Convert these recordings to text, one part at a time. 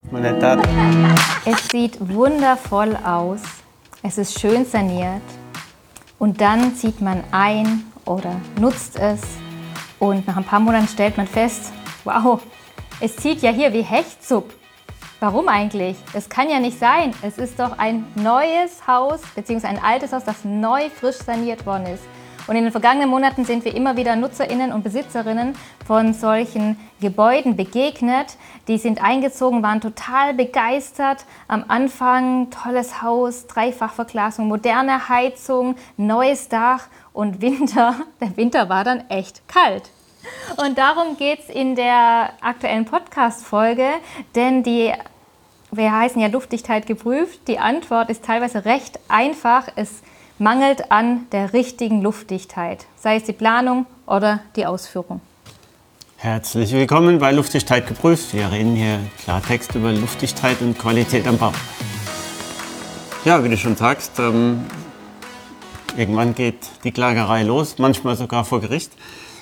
Es sieht wundervoll aus, es ist schön saniert und dann zieht man ein oder nutzt es und nach ein paar Monaten stellt man fest, wow, es zieht ja hier wie Hechtsupp. Warum eigentlich? Es kann ja nicht sein. Es ist doch ein neues Haus bzw. ein altes Haus, das neu frisch saniert worden ist. Und in den vergangenen Monaten sind wir immer wieder NutzerInnen und BesitzerInnen von solchen Gebäuden begegnet. Die sind eingezogen, waren total begeistert. Am Anfang tolles Haus, Dreifachverglasung, moderne Heizung, neues Dach und Winter. Der Winter war dann echt kalt. Und darum geht es in der aktuellen Podcast-Folge, denn wir heißen ja Luftdichtheit geprüft. Die Antwort ist teilweise recht einfach. Es mangelt an der richtigen Luftdichtheit, sei es die Planung oder die Ausführung. Herzlich willkommen bei Luftdichtheit geprüft. Wir reden hier Klartext über Luftdichtheit und Qualität am Bau. Ja, wie du schon sagst, irgendwann geht die Klagerei los, manchmal sogar vor Gericht.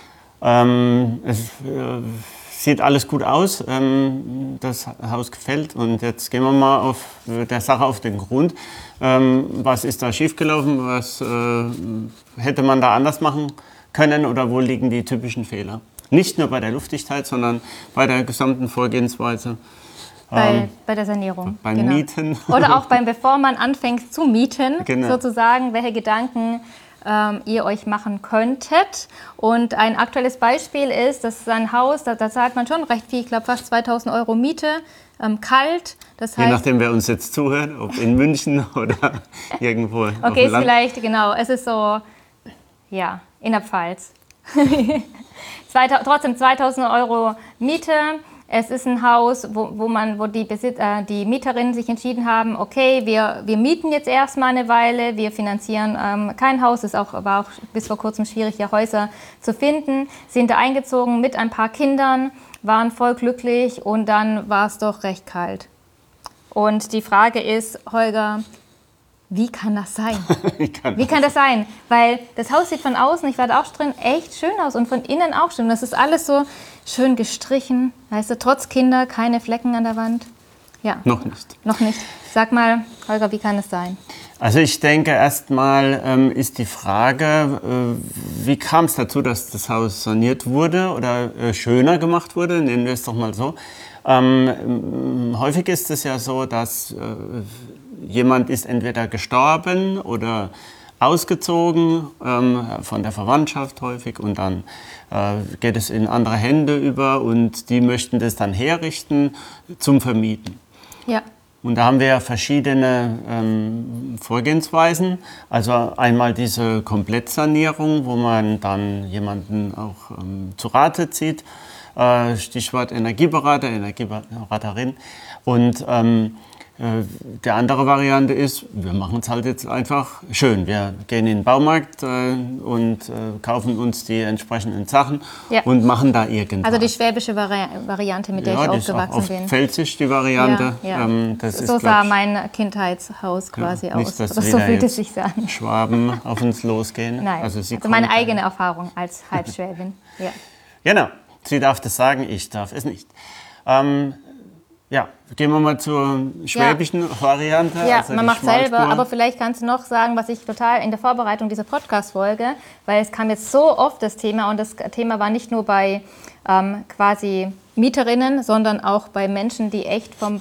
Es sieht alles gut aus, das Haus gefällt und jetzt gehen wir mal der Sache auf den Grund. Was ist da schiefgelaufen, was hätte man da anders machen können oder wo liegen die typischen Fehler? Nicht nur bei der Luftdichtheit, sondern bei der gesamten Vorgehensweise. Bei der Sanierung. Beim Mieten. Oder auch bevor man anfängt zu mieten, genau. Sozusagen, welche Gedanken ihr euch machen könntet. Und ein aktuelles Beispiel ist, das ist ein Haus, da zahlt man schon recht viel, ich glaube fast 2.000 Euro Miete, kalt. Das heißt, je nachdem, wer uns jetzt zuhört, ob in München oder irgendwo auf dem Land. Vielleicht, genau, es ist so, ja, in der Pfalz. Trotzdem 2.000 Euro Miete. Es ist ein Haus, wo die Mieterinnen sich entschieden haben, okay, wir mieten jetzt erstmal eine Weile, wir finanzieren kein Haus. Es war auch bis vor kurzem schwierig, hier Häuser zu finden. Sind da eingezogen mit ein paar Kindern, waren voll glücklich und dann war es doch recht kalt. Und die Frage ist, Holger, wie kann das sein? Wie kann das sein? Weil das Haus sieht von außen, ich war da auch drin, echt schön aus und von innen auch schön. Das ist alles so schön gestrichen, weißt du, trotz Kinder, keine Flecken an der Wand. Ja. Noch nicht. Noch nicht. Sag mal, Holger, wie kann es sein? Also ich denke, erstmal ist die Frage, wie kam es dazu, dass das Haus saniert wurde oder schöner gemacht wurde, nennen wir es doch mal so. Häufig ist es ja so, dass jemand ist entweder gestorben oder ausgezogen, von der Verwandtschaft häufig, und dann geht es in andere Hände über und die möchten das dann herrichten zum Vermieten. Ja. Und da haben wir ja verschiedene Vorgehensweisen. Also einmal diese Komplettsanierung, wo man dann jemanden auch zu Rate zieht, Stichwort Energieberater, Energieberaterin. Und die andere Variante ist, wir machen es halt jetzt einfach schön. Wir gehen in den Baumarkt und kaufen uns die entsprechenden Sachen und machen da irgendwas. Also die schwäbische Variante, mit der ich aufgewachsen bin. Pfälzisch die Variante. Ja, ja. Das so ist, sah mein Kindheitshaus quasi aus. Nicht, dass oder so fühlt es sich an. Schwaben auf uns losgehen. Nein, also meine eigene Erfahrung als Halbschwäbin. Ja. Genau, sie darf das sagen, ich darf es nicht. Ja, gehen wir mal zur schwäbischen Variante. Ja, also man macht selber, aber vielleicht kannst du noch sagen, was ich total in der Vorbereitung dieser Podcast-Folge, weil es kam jetzt so oft das Thema und das Thema war nicht nur bei quasi Mieterinnen, sondern auch bei Menschen, die echt vom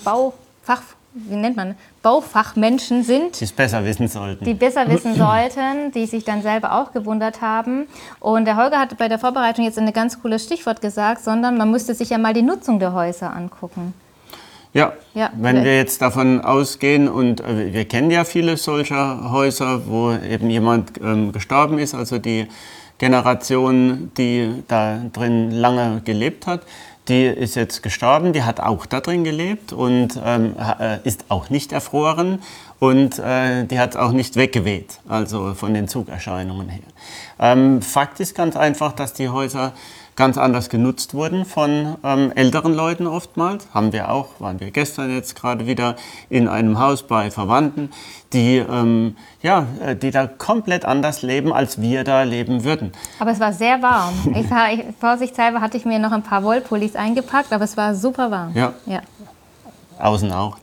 Baufachmenschen sind. Die es besser wissen sollten. Die besser wissen sollten, die sich dann selber auch gewundert haben. Und der Holger hat bei der Vorbereitung jetzt ein ganz cooles Stichwort gesagt, sondern man müsste sich ja mal die Nutzung der Häuser angucken. Ja, wenn wir jetzt davon ausgehen, und wir kennen ja viele solcher Häuser, wo eben jemand gestorben ist, also die Generation, die da drin lange gelebt hat, die ist jetzt gestorben, die hat auch da drin gelebt und ist auch nicht erfroren und die hat auch nicht weggeweht, also von den Zugerscheinungen her. Fakt ist ganz einfach, dass die Häuser ganz anders genutzt wurden von älteren Leuten oftmals. Waren wir gestern jetzt gerade wieder in einem Haus bei Verwandten, die da komplett anders leben, als wir da leben würden. Aber es war sehr warm. Vorsichtshalber hatte ich mir noch ein paar Wollpullis eingepackt, aber es war super warm. Ja. außen auch.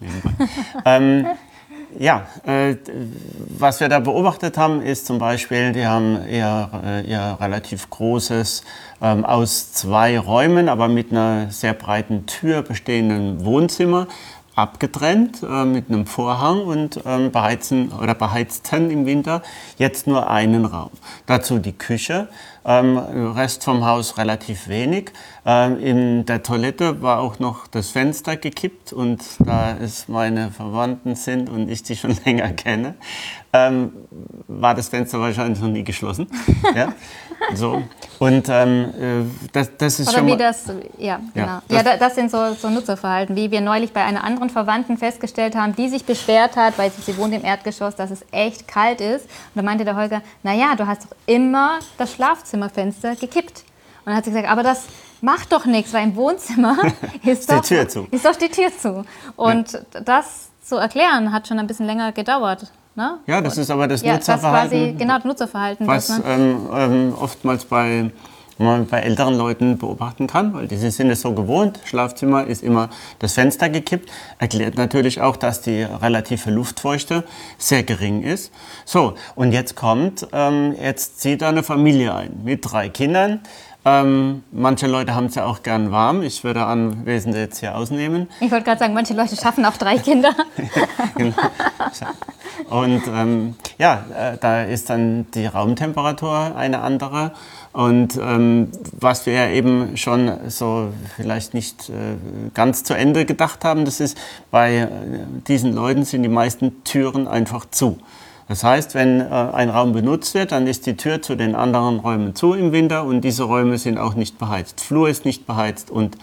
Ja, was wir da beobachtet haben, ist zum Beispiel, die haben eher relativ großes, aus 2 Räumen, aber mit einer sehr breiten Tür bestehenden Wohnzimmer abgetrennt mit einem Vorhang und beheizten im Winter jetzt nur einen Raum. Dazu die Küche, Rest vom Haus relativ wenig. In der Toilette war auch noch das Fenster gekippt und da es meine Verwandten sind und ich die schon länger kenne, war das Fenster wahrscheinlich noch nie geschlossen. Ja, so. Und das ist oder schon wie mal, das, ja, genau. Das sind so Nutzerverhalten, wie wir neulich bei einer anderen Verwandten festgestellt haben, die sich beschwert hat, weil sie wohnt im Erdgeschoss, dass es echt kalt ist. Und da meinte der Holger, naja, du hast doch immer das Schlafzimmerfenster gekippt. Und dann hat sie gesagt, aber das macht doch nichts, weil im Wohnzimmer ist doch die Tür zu. Und das zu erklären, hat schon ein bisschen länger gedauert. Ne? Ja, das ist aber das Nutzerverhalten. Das Nutzerverhalten. Was oftmals bei älteren Leuten beobachten kann, weil die sind es so gewohnt. Schlafzimmer ist immer das Fenster gekippt. Erklärt natürlich auch, dass die relative Luftfeuchte sehr gering ist. So, und jetzt jetzt zieht da eine Familie ein mit 3 Kindern. Manche Leute haben es ja auch gern warm. Ich würde Anwesende jetzt hier ausnehmen. Ich wollte gerade sagen, manche Leute schaffen auch 3 Kinder. Genau. Und da ist dann die Raumtemperatur eine andere. Und was wir ja eben schon so vielleicht nicht ganz zu Ende gedacht haben, das ist, bei diesen Leuten sind die meisten Türen einfach zu. Das heißt, wenn ein Raum benutzt wird, dann ist die Tür zu den anderen Räumen zu im Winter und diese Räume sind auch nicht beheizt. Flur ist nicht beheizt und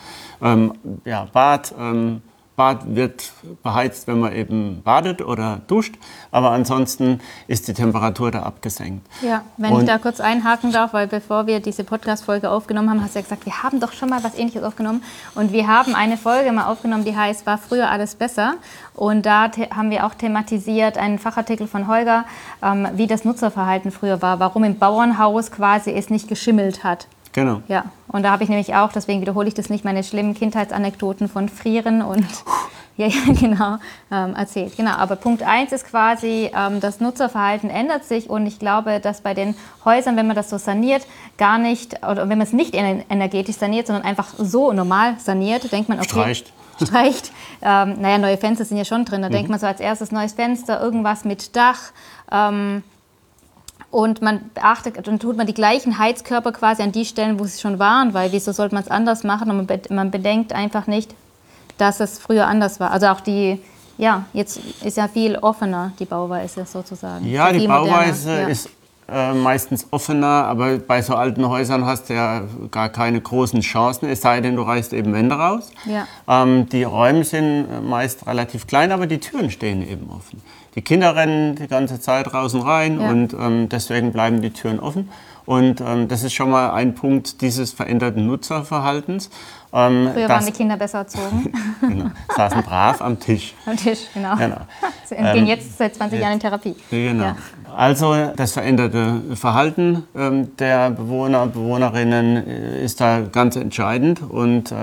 Bad wird beheizt, wenn man eben badet oder duscht, aber ansonsten ist die Temperatur da abgesenkt. Ja, wenn ich da kurz einhaken darf, weil bevor wir diese Podcast-Folge aufgenommen haben, hast du ja gesagt, wir haben doch schon mal was Ähnliches aufgenommen und wir haben eine Folge mal aufgenommen, die heißt, war früher alles besser? Und da haben wir auch thematisiert, einen Fachartikel von Holger, wie das Nutzerverhalten früher war, warum im Bauernhaus quasi es nicht geschimmelt hat. Genau. Ja, und da habe ich nämlich auch, deswegen wiederhole ich das nicht, meine schlimmen Kindheitsanekdoten von Frieren und erzählt. Genau, aber Punkt 1 ist quasi, das Nutzerverhalten ändert sich und ich glaube, dass bei den Häusern, wenn man das so saniert, gar nicht, oder wenn man es nicht energetisch saniert, sondern einfach so normal saniert, denkt man, okay, streicht. Neue Fenster sind ja schon drin, da denkt man so als erstes neues Fenster, irgendwas mit Dach, und man beachtet, dann tut man die gleichen Heizkörper quasi an die Stellen, wo sie schon waren, weil wieso sollte man es anders machen? Und man bedenkt einfach nicht, dass es früher anders war. Also auch jetzt ist ja viel offener, die Bauweise sozusagen. Ja, die Bauweise ist meistens offener, aber bei so alten Häusern hast du ja gar keine großen Chancen, es sei denn, du reißt eben Wände raus. Ja. Die Räume sind meist relativ klein, aber die Türen stehen eben offen. Die Kinder rennen die ganze Zeit draußen rein und deswegen bleiben die Türen offen. Und das ist schon mal ein Punkt dieses veränderten Nutzerverhaltens. Früher waren die Kinder besser erzogen. Genau, saßen brav am Tisch. Am Tisch, genau. Sie gehen jetzt seit 20 Jahren in Therapie. Genau. Ja. Also das veränderte Verhalten der Bewohner und Bewohnerinnen ist da ganz entscheidend. Und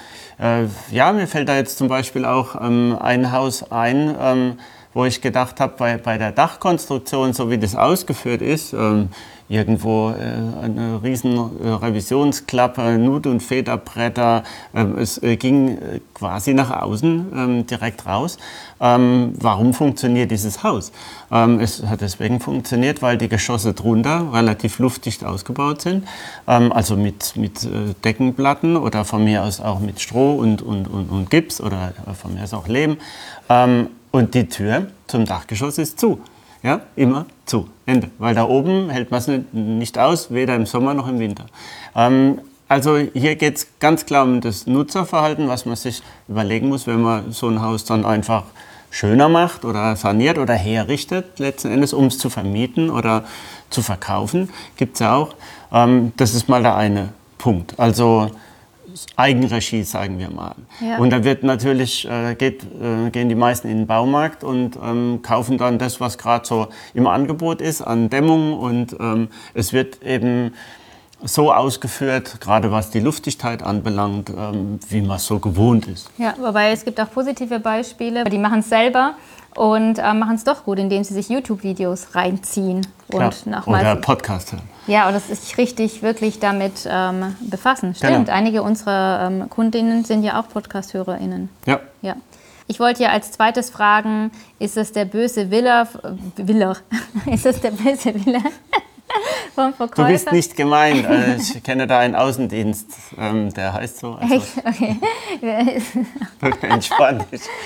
mir fällt da jetzt zum Beispiel auch ein Haus ein, wo ich gedacht habe, bei der Dachkonstruktion, so wie das ausgeführt ist, irgendwo eine riesen Revisionsklappe, Nut- und Federbretter, es ging quasi nach außen direkt raus. Warum funktioniert dieses Haus? Es hat deswegen funktioniert, weil die Geschosse drunter relativ luftdicht ausgebaut sind, also mit Deckenplatten oder von mir aus auch mit Stroh und Gips oder von mir aus auch Lehm. Und die Tür zum Dachgeschoss ist zu. Ja, immer zu. Ende. Weil da oben hält man es nicht aus, weder im Sommer noch im Winter. Also hier geht es ganz klar um das Nutzerverhalten, was man sich überlegen muss, wenn man so ein Haus dann einfach schöner macht oder saniert oder herrichtet, letzten Endes, um es zu vermieten oder zu verkaufen. Gibt es ja auch. Das ist mal der eine Punkt. Also Eigenregie, sagen wir mal. Ja. Und da wird natürlich, gehen die meisten in den Baumarkt und kaufen dann das, was gerade so im Angebot ist, an Dämmung. Und es wird eben so ausgeführt, gerade was die Luftigkeit anbelangt, wie man es so gewohnt ist. Ja, wobei es gibt auch positive Beispiele, die machen es selber und machen es doch gut, indem sie sich YouTube-Videos reinziehen und oder Podcast hören. Ja, oder sich richtig, wirklich damit befassen. Stimmt, einige unserer Kundinnen sind ja auch Podcast-HörerInnen. Ja. Ich wollte ja als zweites fragen, ist es der böse Wille ist es der böse Wille vom Verkäufer? Du bist nicht gemeint. Ich kenne da einen Außendienst, der heißt so. Also okay. Entspannt.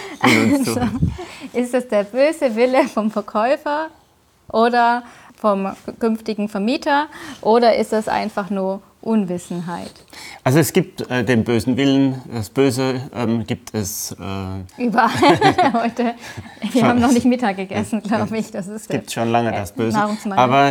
Ist es der böse Wille vom Verkäufer oder vom künftigen Vermieter oder ist das einfach nur Unwissenheit? Also es gibt den bösen Willen, das Böse gibt es überall heute. Wir haben noch nicht Mittag gegessen, glaube ich. Es gibt schon lange das Böse. Aber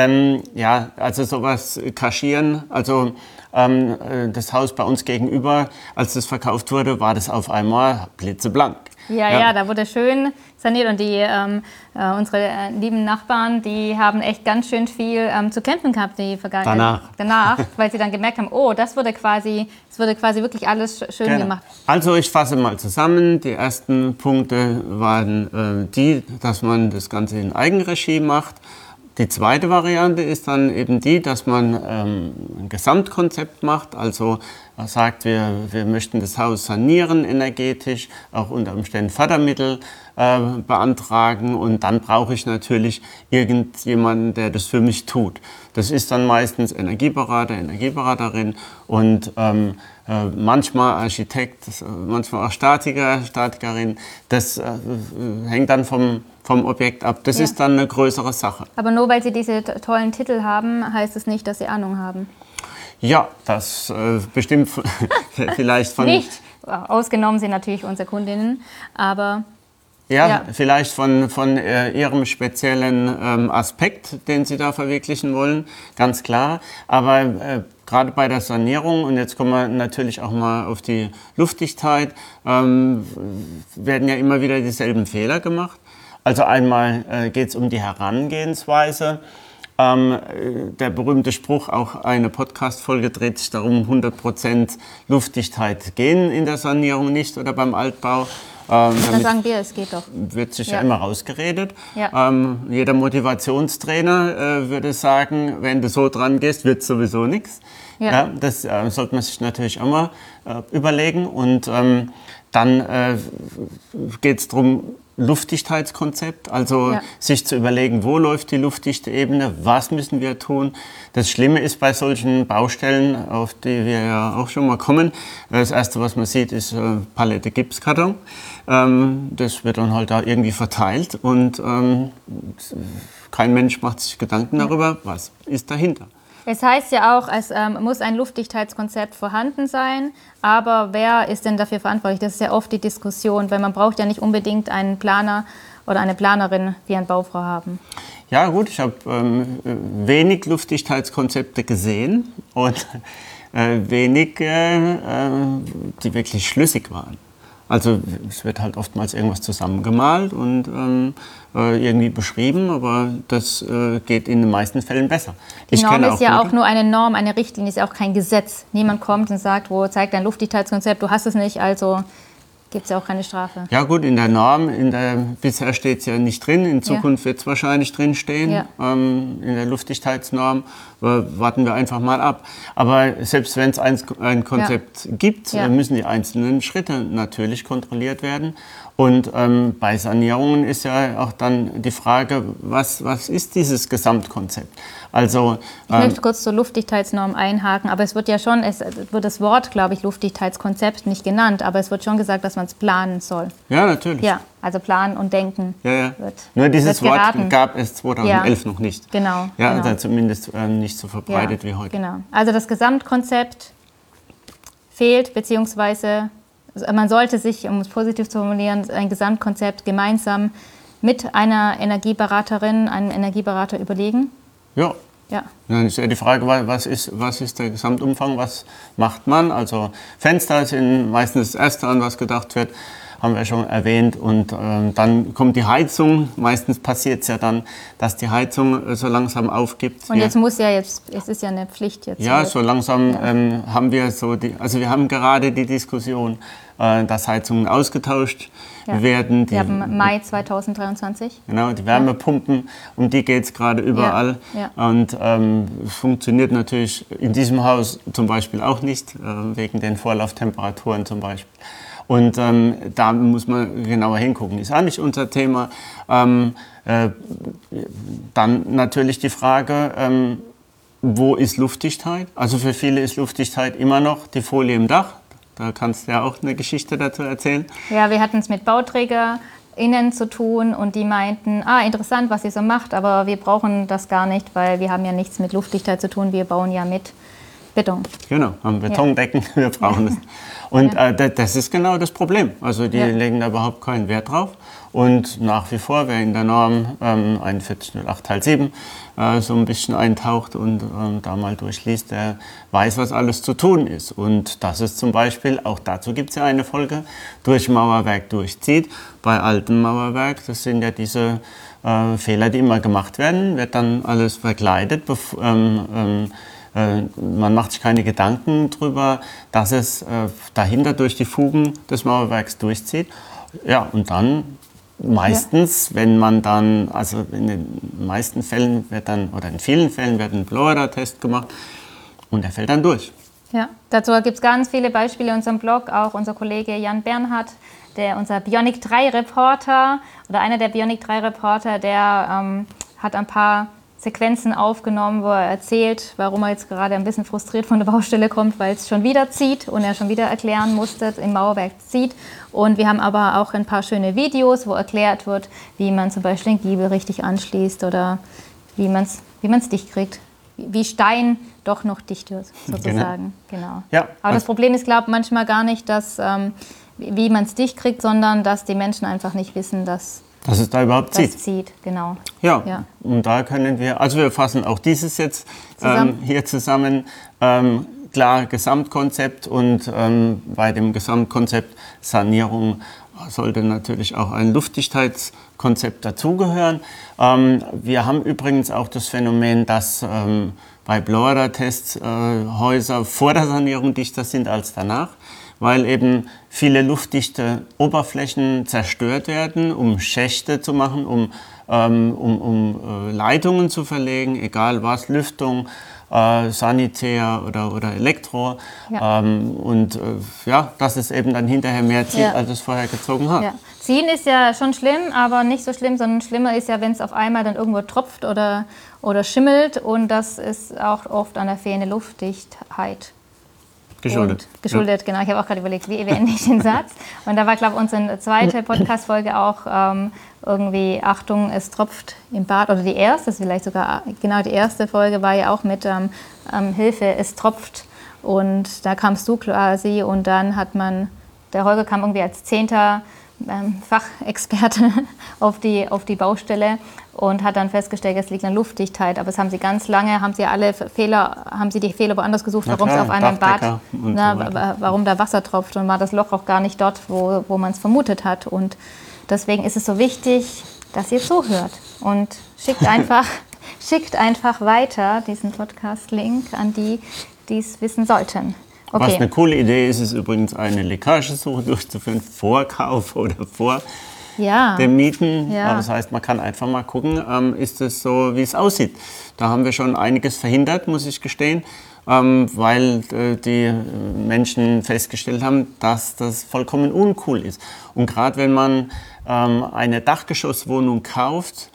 also sowas kaschieren, also das Haus bei uns gegenüber, als das verkauft wurde, war das auf einmal blitzeblank. Ja, da wurde schön saniert und unsere lieben Nachbarn, die haben echt ganz schön viel zu kämpfen gehabt danach, weil sie dann gemerkt haben, das wurde quasi wirklich alles schön gemacht. Also ich fasse mal zusammen. Die ersten Punkte waren dass man das Ganze in Eigenregie macht. Die zweite Variante ist dann eben die, dass man ein Gesamtkonzept macht, also sagt, wir möchten das Haus sanieren energetisch, auch unter Umständen Fördermittel beantragen und dann brauche ich natürlich irgendjemanden, der das für mich tut. Das ist dann meistens Energieberater, Energieberaterin und manchmal Architekt, manchmal auch Statiker, Statikerin. Das hängt dann vom Objekt ab. Das ist dann eine größere Sache. Aber nur weil Sie diese tollen Titel haben, heißt es nicht, dass Sie Ahnung haben. Ja, das bestimmt vielleicht von... Nicht, ausgenommen sind natürlich unsere Kundinnen, aber... Ja, vielleicht von Ihrem speziellen Aspekt, den Sie da verwirklichen wollen, ganz klar. Aber gerade bei der Sanierung, und jetzt kommen wir natürlich auch mal auf die Luftigkeit, werden ja immer wieder dieselben Fehler gemacht. Also einmal geht es um die Herangehensweise. Der berühmte Spruch, auch eine Podcast-Folge dreht sich darum, 100% Luftdichtheit gehen in der Sanierung nicht oder beim Altbau. Dann sagen wir, es geht doch. Wird sich ja immer rausgeredet. Ja. Jeder Motivationstrainer würde sagen, wenn du so dran gehst, wird sowieso nichts. Ja, das sollte man sich natürlich auch mal überlegen. Und dann geht es darum, Luftdichtheitskonzept, also sich zu überlegen, wo läuft die luftdichte Ebene, was müssen wir tun. Das Schlimme ist bei solchen Baustellen, auf die wir ja auch schon mal kommen, das Erste, was man sieht, ist Palette Gipskarton. Das wird dann halt da irgendwie verteilt und kein Mensch macht sich Gedanken darüber, was ist dahinter. Es heißt ja auch, es muss ein Luftdichtheitskonzept vorhanden sein, aber wer ist denn dafür verantwortlich? Das ist ja oft die Diskussion, weil man braucht ja nicht unbedingt einen Planer oder eine Planerin, die eine Baufrau haben. Ja gut, ich habe wenig Luftdichtheitskonzepte gesehen und wenig, die wirklich schlüssig waren. Also es wird halt oftmals irgendwas zusammengemalt und irgendwie beschrieben, aber das geht in den meisten Fällen besser. Die Norm ist ja auch nur eine Norm, eine Richtlinie, ist ja auch kein Gesetz. Niemand kommt und sagt, zeigt dein Luftdichtheitskonzept, du hast es nicht, also gibt es ja auch keine Strafe. Ja gut, in der Norm, bisher steht es ja nicht drin, in Zukunft wird es wahrscheinlich drin stehen, in der Luftdichtheitsnorm, warten wir einfach mal ab. Aber selbst wenn es ein Konzept gibt, müssen die einzelnen Schritte natürlich kontrolliert werden. Und bei Sanierungen ist ja auch dann die Frage, was ist dieses Gesamtkonzept? Also, ich möchte kurz zur Luftdichtheitsnorm einhaken, aber es wird ja schon, es wird das Wort, glaube ich, Luftdichtheitskonzept nicht genannt, aber es wird schon gesagt, dass man es planen soll. Ja, natürlich. Ja, also planen und denken. Nur dieses Wort gab es 2011 noch nicht. Genau. Ja, genau. Zumindest nicht so verbreitet wie heute. Genau. Also das Gesamtkonzept fehlt, beziehungsweise man sollte sich, um es positiv zu formulieren, ein Gesamtkonzept gemeinsam mit einer Energieberaterin, einem Energieberater überlegen. Ja. Dann ist ja die Frage, was ist der Gesamtumfang, was macht man? Also Fenster sind meistens das Erste, an was gedacht wird. haben wir schon erwähnt. Und dann kommt die Heizung. Meistens passiert es ja dann, dass die Heizung so langsam aufgibt. Und jetzt es ist ja eine Pflicht jetzt. Ja, so langsam haben wir also wir haben gerade die Diskussion, dass Heizungen ausgetauscht werden. Wir haben Mai 2023. Genau, die Wärmepumpen, um die geht es gerade überall. Und funktioniert natürlich in diesem Haus zum Beispiel auch nicht, wegen den Vorlauftemperaturen zum Beispiel. Und da muss man genauer hingucken. Ist auch nicht unser Thema. Dann natürlich die Frage, wo ist Luftdichtheit? Also für viele ist Luftdichtheit immer noch die Folie im Dach. Da kannst du ja auch eine Geschichte dazu erzählen. Ja, wir hatten es mit BauträgerInnen zu tun und die meinten, interessant, was ihr so macht, aber wir brauchen das gar nicht, weil wir haben ja nichts mit Luftdichtheit zu tun, wir bauen ja mit Beton. Genau, haben Betondecken, wir brauchen es. Und das ist genau das Problem. Also die legen da überhaupt keinen Wert drauf. Und nach wie vor, wer in der Norm 4108 Teil 7 so ein bisschen eintaucht und da mal durchliest, der weiß, was alles zu tun ist. Und das ist zum Beispiel, auch dazu gibt es ja eine Folge, durch Mauerwerk durchzieht. Bei altem Mauerwerk, das sind ja diese Fehler, die immer gemacht werden, wird dann alles verkleidet. Man macht sich keine Gedanken darüber, dass es dahinter durch die Fugen des Mauerwerks durchzieht. Ja, und dann meistens, wenn man dann, also in den meisten Fällen wird dann, oder in vielen Fällen wird ein Blower-Test gemacht und der fällt dann durch. Ja, dazu gibt es ganz viele Beispiele in unserem Blog, auch unser Kollege Jan Bernhard, unser Bionic 3 Reporter oder einer der Bionic 3 Reporter, der hat ein paar Sequenzen aufgenommen, wo er erzählt, warum er jetzt gerade ein bisschen frustriert von der Baustelle kommt, weil es schon wieder zieht und er schon wieder erklären musste, im Mauerwerk zieht. Und wir haben aber auch ein paar schöne Videos, wo erklärt wird, wie man zum Beispiel den Giebel richtig anschließt oder wie man es dicht kriegt. Wie Stein doch noch dicht wird, sozusagen. Genau. Ja, aber das Problem ist, glaube ich, manchmal gar nicht, dass, wie man es dicht kriegt, sondern dass die Menschen einfach nicht wissen, dass es da überhaupt zieht. Genau. Ja, und da können wir, also wir fassen auch dieses jetzt hier zusammen. Klar, Gesamtkonzept und bei dem Gesamtkonzept Sanierung sollte natürlich auch ein Luftdichtheitskonzept dazugehören. Wir haben übrigens auch das Phänomen, dass bei Blower-Tests Häuser vor der Sanierung dichter sind als danach, weil eben viele luftdichte Oberflächen zerstört werden, um Schächte zu machen, um Leitungen zu verlegen, egal was, Lüftung, Sanitär oder Elektro. Dass es eben dann hinterher mehr zieht, als es vorher gezogen hat. Ja. Ziehen ist ja schon schlimm, aber nicht so schlimm, sondern schlimmer ist ja, wenn es auf einmal dann irgendwo tropft oder schimmelt, und das ist auch oft an der fehlenden Luftdichtheit geschuldet. Genau. Ich habe auch gerade überlegt, wie beende ich den Satz. Und da war, glaube ich, unsere zweite Podcast-Folge auch irgendwie, Achtung, es tropft im Bad, oder die erste, vielleicht sogar, genau, die erste Folge war ja auch mit Hilfe, es tropft. Und da kamst du quasi und dann der Holger kam irgendwie als 10. Fachexperte auf die Baustelle und hat dann festgestellt, es liegt an Luftdichtheit. Aber es haben sie ganz lange, haben sie die Fehler woanders gesucht, warum es auf einem Bad, warum da Wasser tropft, und war das Loch auch gar nicht dort, wo man es vermutet hat. Und deswegen ist es so wichtig, dass ihr zuhört und schickt einfach weiter diesen Podcast-Link an die es wissen sollten. Okay. Was eine coole Idee ist, ist übrigens eine Leckagesuche durchzuführen, vor Kauf oder vor dem Mieten. Ja. Das heißt, man kann einfach mal gucken, ist es so, wie es aussieht. Da haben wir schon einiges verhindert, muss ich gestehen, weil die Menschen festgestellt haben, dass das vollkommen uncool ist. Und gerade wenn man eine Dachgeschosswohnung kauft,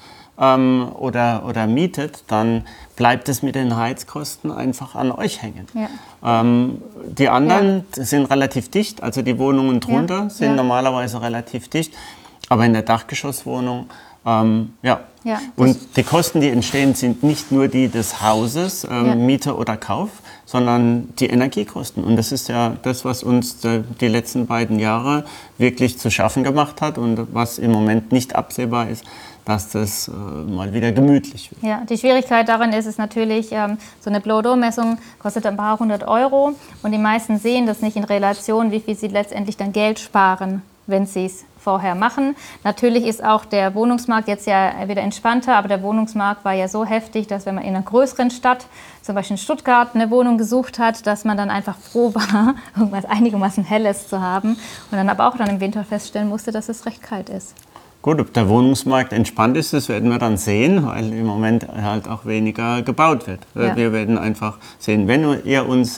oder mietet, dann bleibt es mit den Heizkosten einfach an euch hängen. Ja. Die anderen sind relativ dicht, also die Wohnungen drunter sind normalerweise relativ dicht, aber in der Dachgeschosswohnung, Und die Kosten, die entstehen, sind nicht nur die des Hauses, Miete oder Kauf, sondern die Energiekosten. Und das ist ja das, was uns die letzten beiden Jahre wirklich zu schaffen gemacht hat und was im Moment nicht absehbar ist, dass das mal wieder gemütlich wird. Ja, die Schwierigkeit darin ist es natürlich, so eine Blow-Door-Messung kostet ein paar hundert Euro und die meisten sehen das nicht in Relation, wie viel sie letztendlich dann Geld sparen wenn sie es vorher machen. Natürlich ist auch der Wohnungsmarkt jetzt ja wieder entspannter, aber der Wohnungsmarkt war ja so heftig, dass wenn man in einer größeren Stadt, zum Beispiel in Stuttgart, eine Wohnung gesucht hat, dass man dann einfach froh war, irgendwas einigermaßen Helles zu haben und dann aber auch dann im Winter feststellen musste, dass es recht kalt ist. Gut, ob der Wohnungsmarkt entspannt ist, das werden wir dann sehen, weil im Moment halt auch weniger gebaut wird. Ja. Wir werden einfach sehen, wenn ihr uns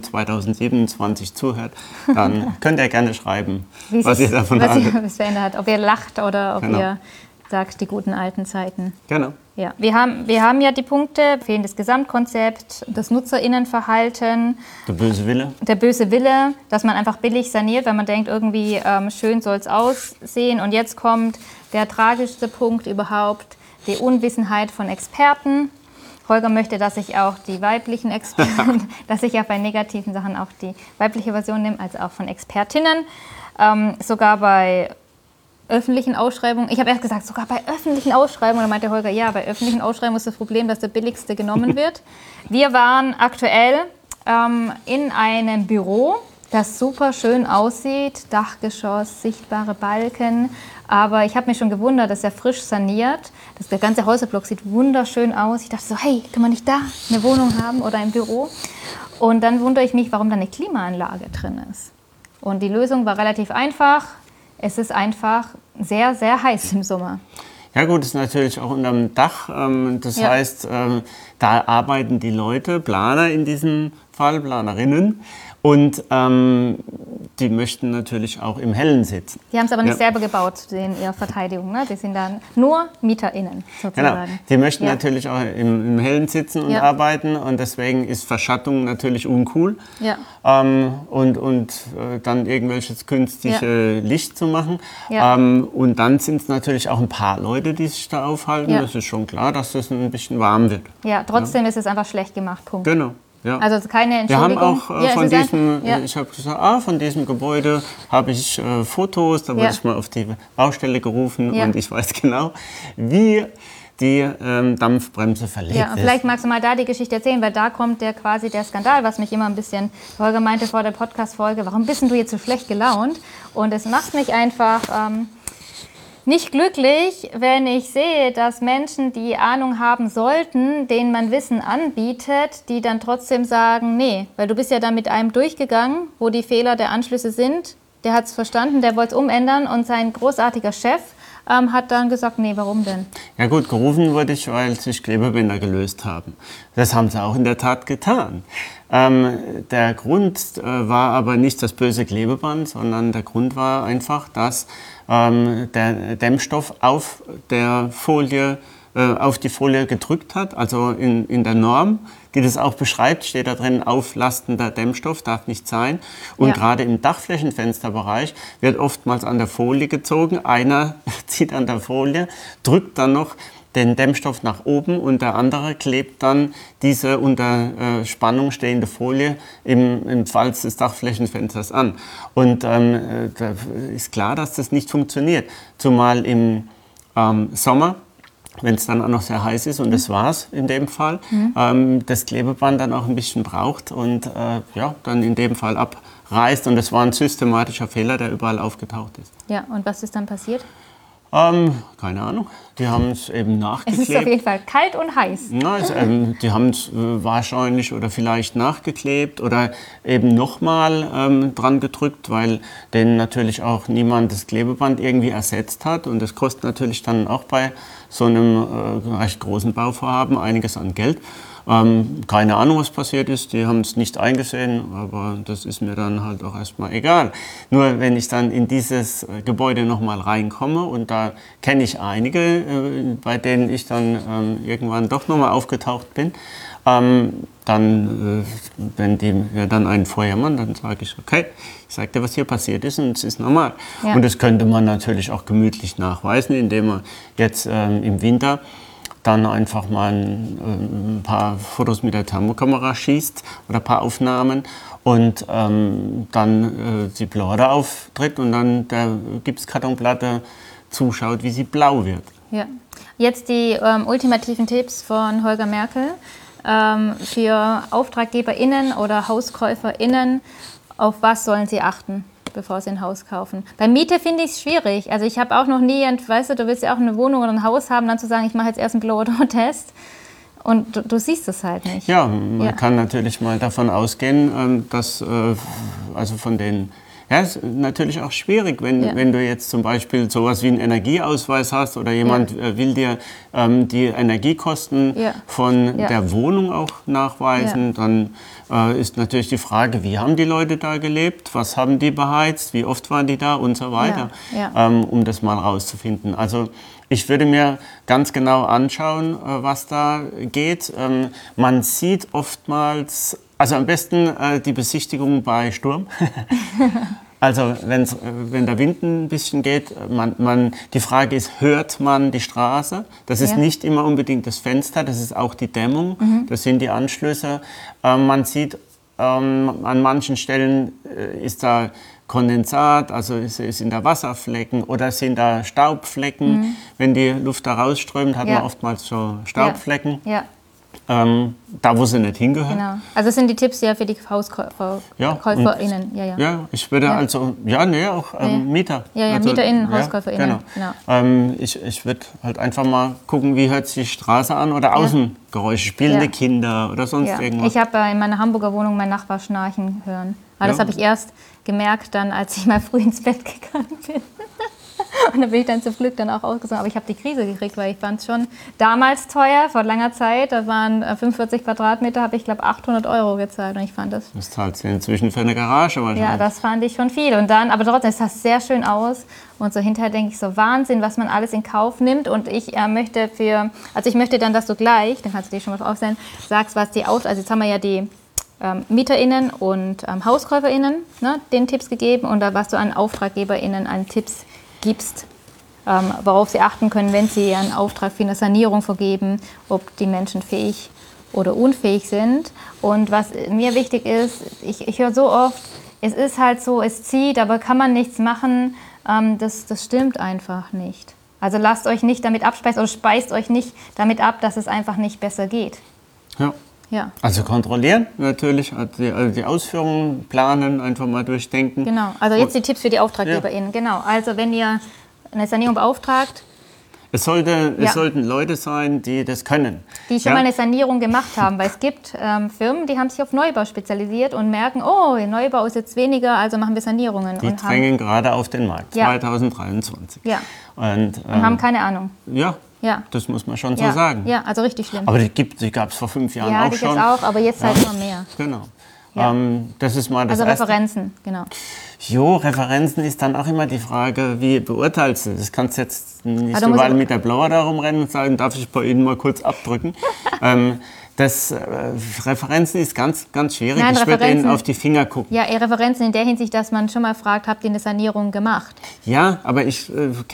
2027 zuhört, dann könnt ihr gerne schreiben, was ihr davon haltet. Was verändert hat, ob ihr lacht oder ob ihr sagt, die guten alten Zeiten. Genau. Ja, wir haben ja die Punkte, fehlendes Gesamtkonzept, das NutzerInnenverhalten. Der böse Wille. Der böse Wille, dass man einfach billig saniert, weil man denkt, irgendwie schön soll es aussehen. Und jetzt kommt der tragischste Punkt überhaupt, die Unwissenheit von Experten. Holger möchte, dass ich auch die weiblichen Experten, dass ich ja bei negativen Sachen auch die weibliche Version nehme, also auch von Expertinnen. Sogar bei öffentlichen Ausschreibungen. Ich habe erst gesagt, sogar bei öffentlichen Ausschreibungen. Da meinte Holger, ja, bei öffentlichen Ausschreibungen ist das Problem, dass der billigste genommen wird. Wir waren aktuell in einem Büro, das super schön aussieht, Dachgeschoss, sichtbare Balken. Aber ich habe mich schon gewundert, dass er frisch saniert. Der ganze Häuserblock sieht wunderschön aus. Ich dachte so, hey, kann man nicht da eine Wohnung haben oder ein Büro? Und dann wundere ich mich, warum da eine Klimaanlage drin ist. Und die Lösung war relativ einfach. Es ist einfach sehr, sehr heiß im Sommer. Ja gut, es ist natürlich auch unterm Dach. Das heißt, da arbeiten die Leute, Planer in diesem Fall, Planerinnen. Und die möchten natürlich auch im Hellen sitzen. Die haben es aber nicht selber gebaut in ihrer Verteidigung. Ne? Die sind dann nur MieterInnen sozusagen. Genau. Die möchten natürlich auch im Hellen sitzen und arbeiten. Und deswegen ist Verschattung natürlich uncool. Ja. Und dann irgendwelches künstliche Licht zu machen. Ja. Und dann sind es natürlich auch ein paar Leute, die sich da aufhalten. Ja. Das ist schon klar, dass das ein bisschen warm wird. Ja, trotzdem ist es einfach schlecht gemacht. Punkt. Genau. Ja. Also keine Entschuldigung. Wir haben auch ich habe gesagt, von diesem Gebäude habe ich Fotos, da wurde ich mal auf die Baustelle gerufen und ich weiß genau, wie die Dampfbremse verlegt ist. Vielleicht magst du mal da die Geschichte erzählen, weil da kommt der Skandal, was mich immer ein bisschen, Holger meinte vor der Podcast-Folge, warum bist denn du jetzt so schlecht gelaunt? Und es macht mich einfach nicht glücklich, wenn ich sehe, dass Menschen, die Ahnung haben sollten, denen man Wissen anbietet, die dann trotzdem sagen, nee, weil du bist ja dann mit einem durchgegangen, wo die Fehler der Anschlüsse sind, der hat es verstanden, der wollte es umändern und sein großartiger Chef hat dann gesagt, nee, warum denn? Ja gut, gerufen wurde ich, weil sich Klebebänder gelöst haben. Das haben sie auch in der Tat getan. Der Grund war aber nicht das böse Klebeband, sondern der Grund war einfach, dass der Dämmstoff auf die Folie gedrückt hat, also in der Norm, die das auch beschreibt, steht da drin, auflastender Dämmstoff darf nicht sein. Und gerade im Dachflächenfensterbereich wird oftmals an der Folie gezogen. Einer zieht an der Folie, drückt dann noch den Dämmstoff nach oben und der andere klebt dann diese unter Spannung stehende Folie im Falz des Dachflächenfensters an. Und da ist klar, dass das nicht funktioniert. Zumal im Sommer, wenn es dann auch noch sehr heiß ist, und das war es in dem Fall, das Klebeband dann auch ein bisschen braucht und dann in dem Fall abreißt. Und das war ein systematischer Fehler, der überall aufgetaucht ist. Ja, und was ist dann passiert? Keine Ahnung. Die haben es eben nachgeklebt. Es ist auf jeden Fall kalt und heiß. Ja, die haben es wahrscheinlich oder vielleicht nachgeklebt oder eben nochmal dran gedrückt, weil denen natürlich auch niemand das Klebeband irgendwie ersetzt hat. Und das kostet natürlich dann auch bei so einem recht großen Bauvorhaben einiges an Geld. Keine Ahnung, was passiert ist, die haben es nicht eingesehen, aber das ist mir dann halt auch erstmal egal. Nur wenn ich dann in dieses Gebäude nochmal reinkomme und da kenne ich einige, bei denen ich dann irgendwann doch nochmal aufgetaucht bin, dann, wenn die mir dann einen vorjammern, dann sage ich, okay, ich sage dir, was hier passiert ist und es ist normal. Ja. Und das könnte man natürlich auch gemütlich nachweisen, indem man jetzt im Winter dann einfach mal ein paar Fotos mit der Thermokamera schießt oder ein paar Aufnahmen und dann die Blorde auftritt und dann der Gipskartonplatte zuschaut, wie sie blau wird. Ja. Jetzt die ultimativen Tipps von Holger Merkel für AuftraggeberInnen oder HauskäuferInnen. Auf was sollen sie achten? bevor sie ein Haus kaufen. Bei Miete finde ich es schwierig. Also ich habe auch noch nie, weißt du willst ja auch eine Wohnung oder ein Haus haben, dann zu sagen, ich mache jetzt erst einen Blow-Door-Test. Und du siehst es halt nicht. Ja, man kann natürlich mal davon ausgehen, dass also von den... Ja, ist natürlich auch schwierig, wenn du jetzt zum Beispiel sowas wie einen Energieausweis hast oder jemand will dir die Energiekosten von der Wohnung auch nachweisen, dann ist natürlich die Frage, wie haben die Leute da gelebt, was haben die beheizt, wie oft waren die da und so weiter, um das mal rauszufinden. Also ich würde mir ganz genau anschauen, was da geht. Man sieht oftmals, also am besten die Besichtigung bei Sturm. Also wenn der Wind ein bisschen geht, die Frage ist, hört man die Straße? Das ist nicht immer unbedingt das Fenster, das ist auch die Dämmung, das sind die Anschlüsse. Man sieht, an manchen Stellen ist da Kondensat, also sind da Wasserflecken oder sind da Staubflecken. Wenn die Luft da rausströmt, hat man oftmals so Staubflecken. Da, wo sie nicht hingehören. Genau. Also das sind die Tipps ja für die HauskäuferInnen. Ja, ich würde auch Mieter. Also, MieterInnen, HauskäuferInnen. Genau. Ich würde halt einfach mal gucken, wie hört sich die Straße an oder Außengeräusche, spielende Kinder oder sonst irgendwas. Ich habe in meiner Hamburger Wohnung meinen Nachbar schnarchen hören. Aber das habe ich erst gemerkt, dann, als ich mal früh ins Bett gegangen bin. Und da bin ich dann zum Glück dann auch ausgesonnen. Aber ich habe die Krise gekriegt, weil ich fand es schon damals teuer, vor langer Zeit. Da waren 45 Quadratmeter, habe ich glaube 800 € gezahlt. Und ich fand das... Das zahlt sie inzwischen für eine Garage wahrscheinlich. Ja, das fand ich schon viel. Und dann, aber trotzdem, es sah sehr schön aus. Und so hinterher denke ich so, Wahnsinn, was man alles in Kauf nimmt. Und ich möchte dann, dass du gleich, dann kannst du dir schon mal aufstellen, sagst, was die also jetzt haben wir ja die MieterInnen und HauskäuferInnen den Tipps gegeben und was du an AuftraggeberInnen an Tipps gibst, worauf sie achten können, wenn sie einen Auftrag für eine Sanierung vergeben, ob die Menschen fähig oder unfähig sind. Und was mir wichtig ist, ich höre so oft, es ist halt so, es zieht, aber kann man nichts machen. Das stimmt einfach nicht. Also lasst euch nicht damit abspeisen oder speist euch nicht damit ab, dass es einfach nicht besser geht. Ja. Also kontrollieren natürlich, die Ausführungen planen, einfach mal durchdenken. Genau, also jetzt die Tipps für die AuftraggeberInnen. Genau, also wenn ihr eine Sanierung beauftragt. Es sollten Leute sein, die das können. Die schon mal eine Sanierung gemacht haben, weil es gibt Firmen, die haben sich auf Neubau spezialisiert und merken, oh, Neubau ist jetzt weniger, also machen wir Sanierungen. Die drängen gerade auf den Markt, 2023. Ja. Und haben keine Ahnung. Ja, das muss man schon so sagen. Ja, also richtig schlimm. Aber die gab es vor 5 Jahren auch schon. Ja, die gibt es auch, aber jetzt halt immer mehr. Genau. Das ist mal das Also Erste. Referenzen, genau. Referenzen ist dann auch immer die Frage, wie beurteilst du das? Kannst jetzt nicht überall mit der Blower da rumrennen und sagen, darf ich bei Ihnen mal kurz abdrücken? Referenzen ist ganz, ganz schwierig. Nein, ich würde Ihnen auf die Finger gucken. Ja, Referenzen in der Hinsicht, dass man schon mal fragt, habt ihr eine Sanierung gemacht? Ja, aber ich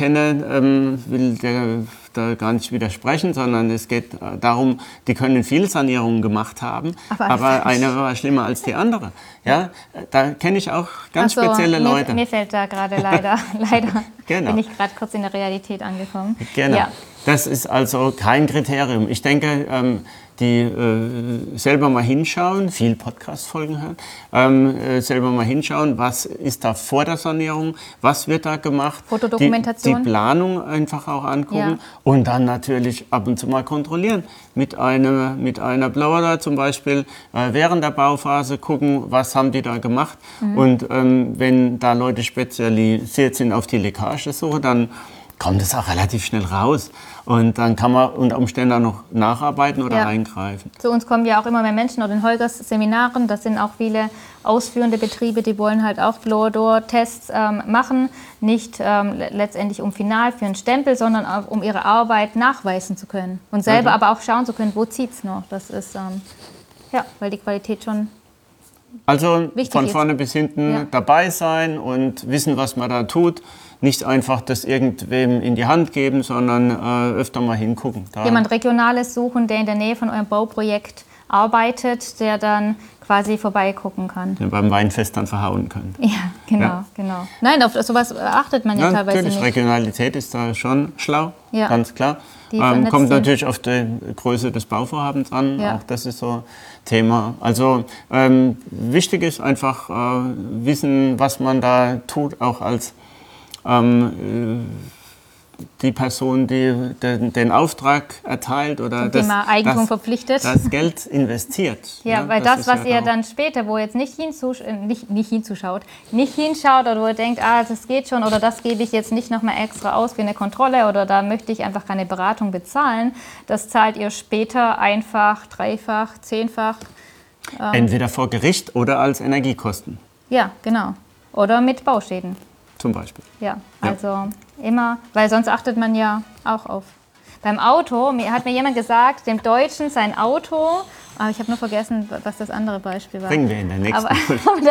will da gar nicht widersprechen, sondern es geht darum, die können viele Sanierungen gemacht haben, aber eine war schlimmer als die andere. Ja, da kenne ich auch ganz spezielle Leute. Mir fällt da gerade leider bin ich gerade kurz in der Realität angekommen. Genau. Ja. Das ist also kein Kriterium. Ich denke, die selber mal hinschauen, viel Podcast-Folgen hören, selber mal hinschauen, was ist da vor der Sanierung, was wird da gemacht. Fotodokumentation. Die Planung einfach auch angucken und dann natürlich ab und zu mal kontrollieren. Mit einer Blower da zum Beispiel während der Bauphase gucken, was haben die da gemacht. Und wenn da Leute spezialisiert sind auf die Leckagesuche, dann kommt es auch relativ schnell raus. Und dann kann man unter Umständen auch noch nacharbeiten oder eingreifen. Zu uns kommen ja auch immer mehr Menschen oder in Holgers Seminaren. Das sind auch viele ausführende Betriebe, die wollen halt auch Blow-Door-Tests machen. Nicht letztendlich um final für einen Stempel, sondern auch um ihre Arbeit nachweisen zu können. Und selber aber auch schauen zu können, wo zieht es noch. Das ist, weil die Qualität schon also von vorne bis hinten dabei sein und wissen, was man da tut. Nicht einfach das irgendwem in die Hand geben, sondern öfter mal hingucken. Jemand Regionales suchen, der in der Nähe von eurem Bauprojekt arbeitet, der dann quasi vorbeigucken kann. Den beim Weinfest dann verhauen könnt. Ja, genau, genau. Nein, auf sowas achtet man ja teilweise natürlich, nicht. Regionalität ist da schon schlau, Ja. ganz klar. Kommt natürlich auf die Größe des Bauvorhabens an, auch das ist so Thema. Also wichtig ist einfach wissen, was man da tut, auch als die Person, die den Auftrag erteilt oder das Thema Eigentum verpflichtet. Das Geld investiert. Ja, weil das was ihr dann später, wo ihr jetzt nicht hinschaut oder wo ihr denkt, das geht schon oder das gebe ich jetzt nicht nochmal extra aus für eine Kontrolle oder da möchte ich einfach keine Beratung bezahlen, das zahlt ihr später einfach, dreifach, zehnfach. Entweder vor Gericht oder als Energiekosten. Ja, genau. Oder mit Bauschäden. Zum Beispiel. Ja, also immer, weil sonst achtet man ja auch auf. Beim Auto, hat mir jemand gesagt, dem Deutschen sein Auto, ich habe nur vergessen, was das andere Beispiel war. Bringen wir in der nächsten Folge. Aber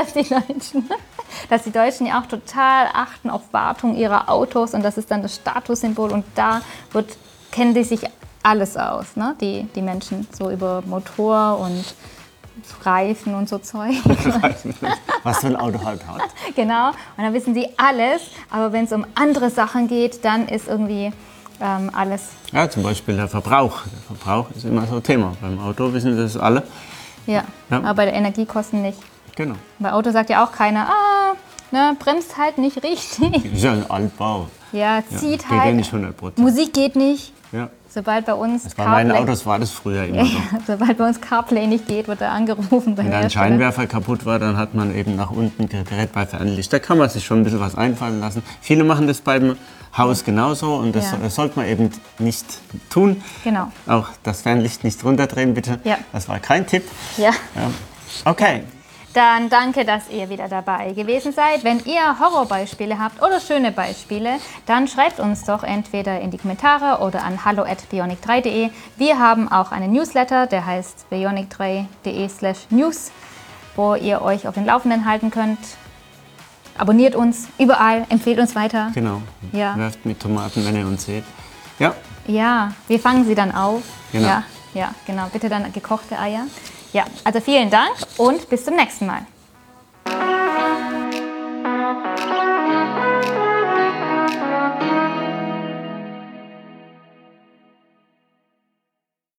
dass die Deutschen ja auch total achten auf Wartung ihrer Autos und das ist dann das Statussymbol und da kennen die sich alles aus, ne? Die Menschen, so über Motor und Reifen und so Zeug. Was so ein Auto halt hat. Genau, und dann wissen sie alles, aber wenn es um andere Sachen geht, dann ist irgendwie alles. Ja, zum Beispiel der Verbrauch. Der Verbrauch ist immer so ein Thema. Beim Auto wissen das alle. Ja, aber bei den Energiekosten nicht. Genau. Bei Auto sagt ja auch keiner, bremst halt nicht richtig. Das ist ja ein Altbau. Ja, zieht geht halt. Ja nicht 100%. Musik geht nicht. Ja. Sobald bei uns bei meinen Autos war das früher immer so. Sobald bei uns CarPlay nicht geht, wird er angerufen. Wenn ein Scheinwerfer kaputt war, dann hat man eben nach unten gerät bei Fernlicht. Da kann man sich schon ein bisschen was einfallen lassen. Viele machen das beim Haus genauso und das sollte man eben nicht tun. Genau. Auch das Fernlicht nicht runterdrehen, bitte. Ja. Das war kein Tipp. Ja. Okay. Dann danke, dass ihr wieder dabei gewesen seid. Wenn ihr Horrorbeispiele habt oder schöne Beispiele, dann schreibt uns doch entweder in die Kommentare oder an hallo@bionic3.de. Wir haben auch einen Newsletter, der heißt bionic3.de/news, wo ihr euch auf den Laufenden halten könnt. Abonniert uns überall, empfehlt uns weiter. Genau. Ja. Werft mit Tomaten, wenn ihr uns seht. Ja. Ja, wir fangen sie dann auf. Genau. Ja, genau. Bitte dann gekochte Eier. Ja, also vielen Dank und bis zum nächsten Mal.